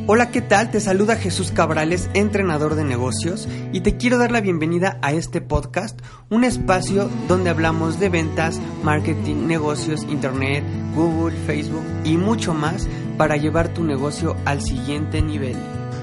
Hola, ¿qué tal? Te saluda Jesús Cabrales, entrenador de negocios, y te quiero dar la bienvenida a este podcast, un espacio donde hablamos de ventas, marketing, negocios, internet, Google, Facebook y mucho más para llevar tu negocio al siguiente nivel.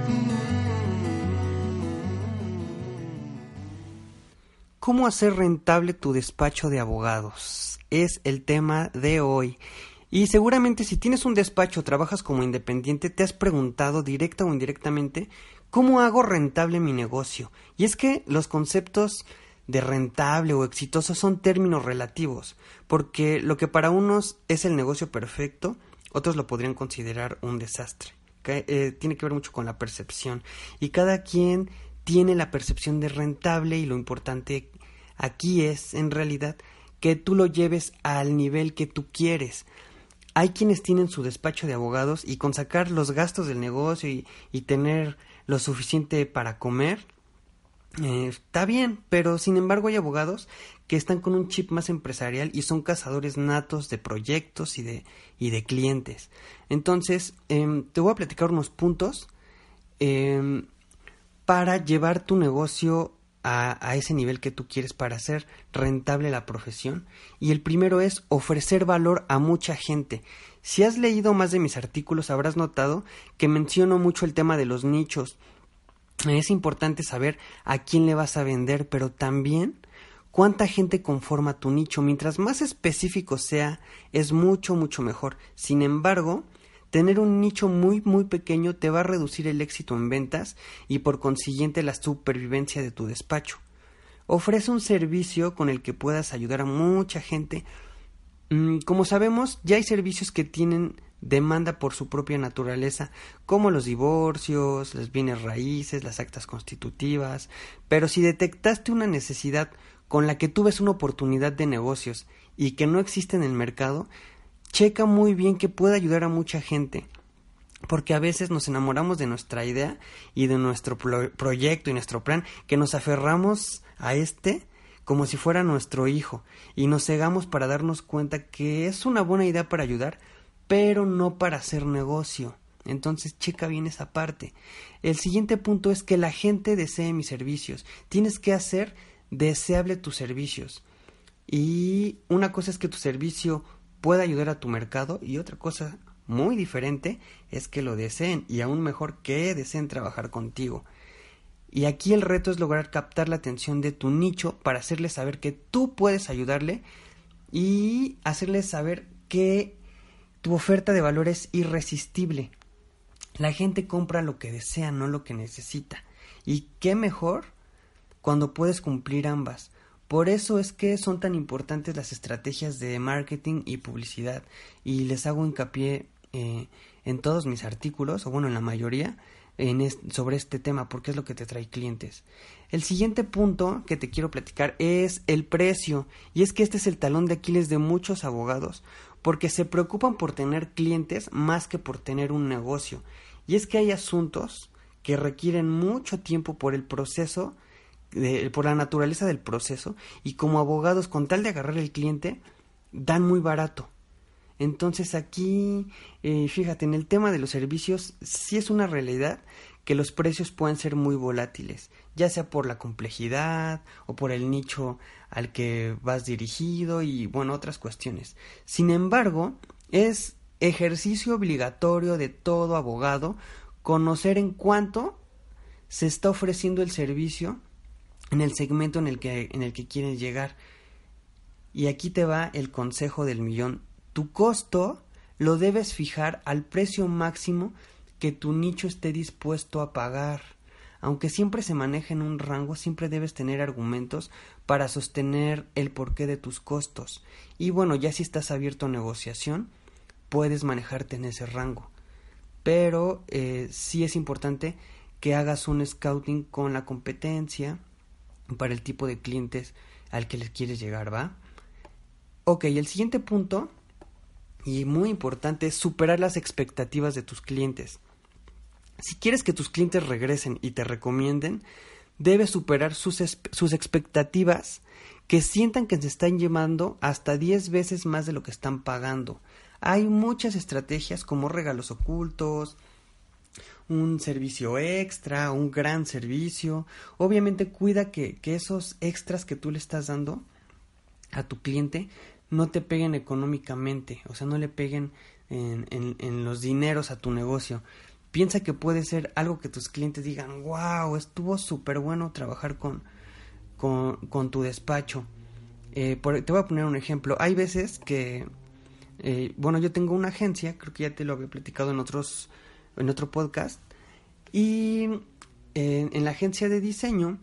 ¿Cómo hacer rentable tu despacho de abogados? Es el tema de hoy. Y seguramente si tienes un despacho o trabajas como independiente, te has preguntado directa o indirectamente, ¿cómo hago rentable mi negocio? Y es que los conceptos de rentable o exitoso son términos relativos, porque lo que para unos es el negocio perfecto, otros lo podrían considerar un desastre. Tiene que ver mucho con la percepción, y cada quien tiene la percepción de rentable, y lo importante aquí es, en realidad, que tú lo lleves al nivel que tú quieres. Hay quienes tienen su despacho de abogados y con sacar los gastos del negocio y tener lo suficiente para comer, está bien, pero sin embargo hay abogados que están con un chip más empresarial y son cazadores natos de proyectos y de clientes. Entonces, te voy a platicar unos puntos para llevar tu negocio a ese nivel que tú quieres para hacer rentable la profesión. Y el primero es ofrecer valor a mucha gente. Si has leído más de mis artículos, habrás notado que menciono mucho el tema de los nichos. Es importante saber a quién le vas a vender, pero también cuánta gente conforma tu nicho. Mientras más específico sea, es mucho mejor. Sin embargo, tener un nicho muy pequeño te va a reducir el éxito en ventas y por consiguiente la supervivencia de tu despacho. Ofrece un servicio con el que puedas ayudar a mucha gente. Como sabemos, ya hay servicios que tienen demanda por su propia naturaleza, como los divorcios, los bienes raíces, las actas constitutivas. Pero si detectaste una necesidad con la que tú ves una oportunidad de negocios y que no existe en el mercado, checa muy bien que puede ayudar a mucha gente, porque a veces nos enamoramos de nuestra idea y de nuestro proyecto y nuestro plan, que nos aferramos a como si fuera nuestro hijo y nos cegamos para darnos cuenta que es una buena idea para ayudar, pero no para hacer negocio. Entonces checa bien esa parte. El siguiente punto es que la gente desee mis servicios. Tienes que hacer deseable tus servicios. Y una cosa es que tu servicio puede ayudar a tu mercado y otra cosa muy diferente es que lo deseen y aún mejor que deseen trabajar contigo. Y aquí el reto es lograr captar la atención de tu nicho para hacerle saber que tú puedes ayudarle y hacerle saber que tu oferta de valor es irresistible. La gente compra lo que desea, no lo que necesita. Y qué mejor cuando puedes cumplir ambas. Por eso es que son tan importantes las estrategias de marketing y publicidad, y les hago hincapié en todos mis artículos, o bueno, en la mayoría, sobre este tema, porque es lo que te trae clientes. El siguiente punto que te quiero platicar es el precio, y es que este es el talón de Aquiles de muchos abogados, porque se preocupan por tener clientes más que por tener un negocio, y es que hay asuntos que requieren mucho tiempo por el proceso, por la naturaleza del proceso, y como abogados, con tal de agarrar el cliente, dan muy barato. Entonces aquí, fíjate, en el tema de los servicios, sí es una realidad que los precios pueden ser muy volátiles, ya sea por la complejidad o por el nicho al que vas dirigido y, bueno, otras cuestiones. Sin embargo, es ejercicio obligatorio de todo abogado conocer en cuánto se está ofreciendo el servicio en el segmento en el que quieres llegar. Y aquí te va el consejo del millón. Tu costo lo debes fijar al precio máximo que tu nicho esté dispuesto a pagar. Aunque siempre se maneja en un rango, siempre debes tener argumentos para sostener el porqué de tus costos. Y bueno, ya si estás abierto a negociación, puedes manejarte en ese rango. Pero sí es importante que hagas un scouting con la competencia para el tipo de clientes al que les quieres llegar, ¿va? Ok, el siguiente punto, y muy importante, es superar las expectativas de tus clientes. Si quieres que tus clientes regresen y te recomienden, debes superar sus expectativas, que sientan que se están llevando hasta 10 veces más de lo que están pagando. Hay muchas estrategias como regalos ocultos, un servicio extra, un gran servicio. Obviamente cuida que esos extras que tú le estás dando a tu cliente no te peguen económicamente, o sea, no le peguen en los dineros a tu negocio. Piensa que puede ser algo que tus clientes digan, wow, estuvo súper bueno trabajar con tu despacho. Te voy a poner un ejemplo. Hay veces que, yo tengo una agencia, creo que ya te lo había platicado en otro podcast, y en la agencia de diseño,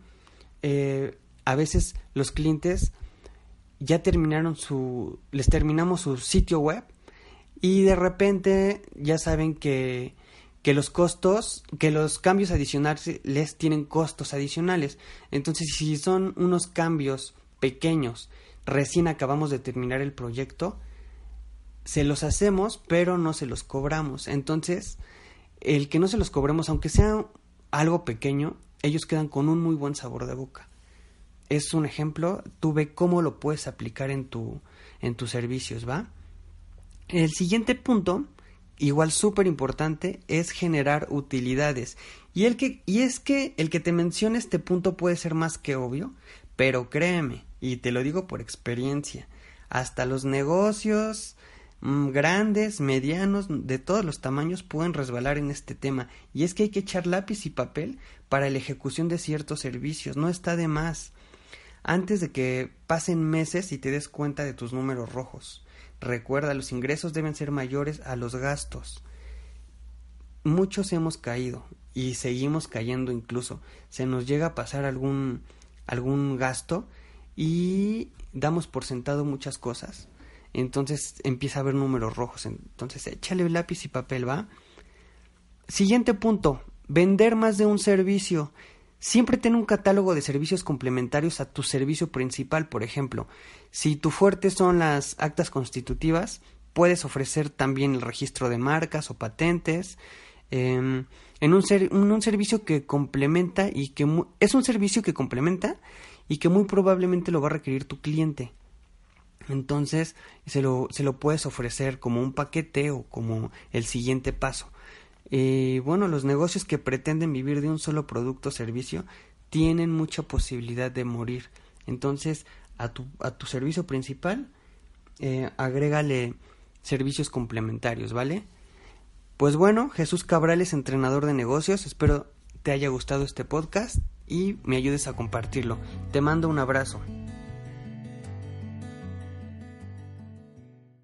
a veces los clientes ya les terminamos su sitio web y de repente ya saben que los costos, que los cambios adicionales les tienen costos adicionales. Entonces, si son unos cambios pequeños, recién acabamos de terminar el proyecto, se los hacemos, pero no se los cobramos. Entonces, el que no se los cobremos, aunque sea algo pequeño, ellos quedan con un muy buen sabor de boca. Es un ejemplo, tú ve cómo lo puedes aplicar en tus servicios, ¿va? El siguiente punto, igual súper importante, es generar utilidades. Y es que el que te mencione este punto puede ser más que obvio, pero créeme, y te lo digo por experiencia, hasta los negocios grandes, medianos, de todos los tamaños pueden resbalar en este tema. Y es que hay que echar lápiz y papel para la ejecución de ciertos servicios, no está de más. Antes de que pasen meses y te des cuenta de tus números rojos. Recuerda, los ingresos deben ser mayores a los gastos. Muchos hemos caído y seguimos cayendo incluso. Se nos llega a pasar algún gasto y damos por sentado muchas cosas. Entonces empieza a haber números rojos. Entonces échale lápiz y papel, ¿va? Siguiente punto, vender más de un servicio. Siempre ten un catálogo de servicios complementarios a tu servicio principal. Por ejemplo, si tu fuerte son las actas constitutivas, puedes ofrecer también el registro de marcas o patentes, en un servicio que complementa y que es un servicio que complementa y que muy probablemente lo va a requerir tu cliente. Entonces se lo puedes ofrecer como un paquete o como el siguiente paso. Los negocios que pretenden vivir de un solo producto o servicio tienen mucha posibilidad de morir. Entonces, a tu servicio principal, agrégale servicios complementarios, ¿vale? Pues bueno, Jesús Cabrales, entrenador de negocios. Espero te haya gustado este podcast y me ayudes a compartirlo. Te mando un abrazo.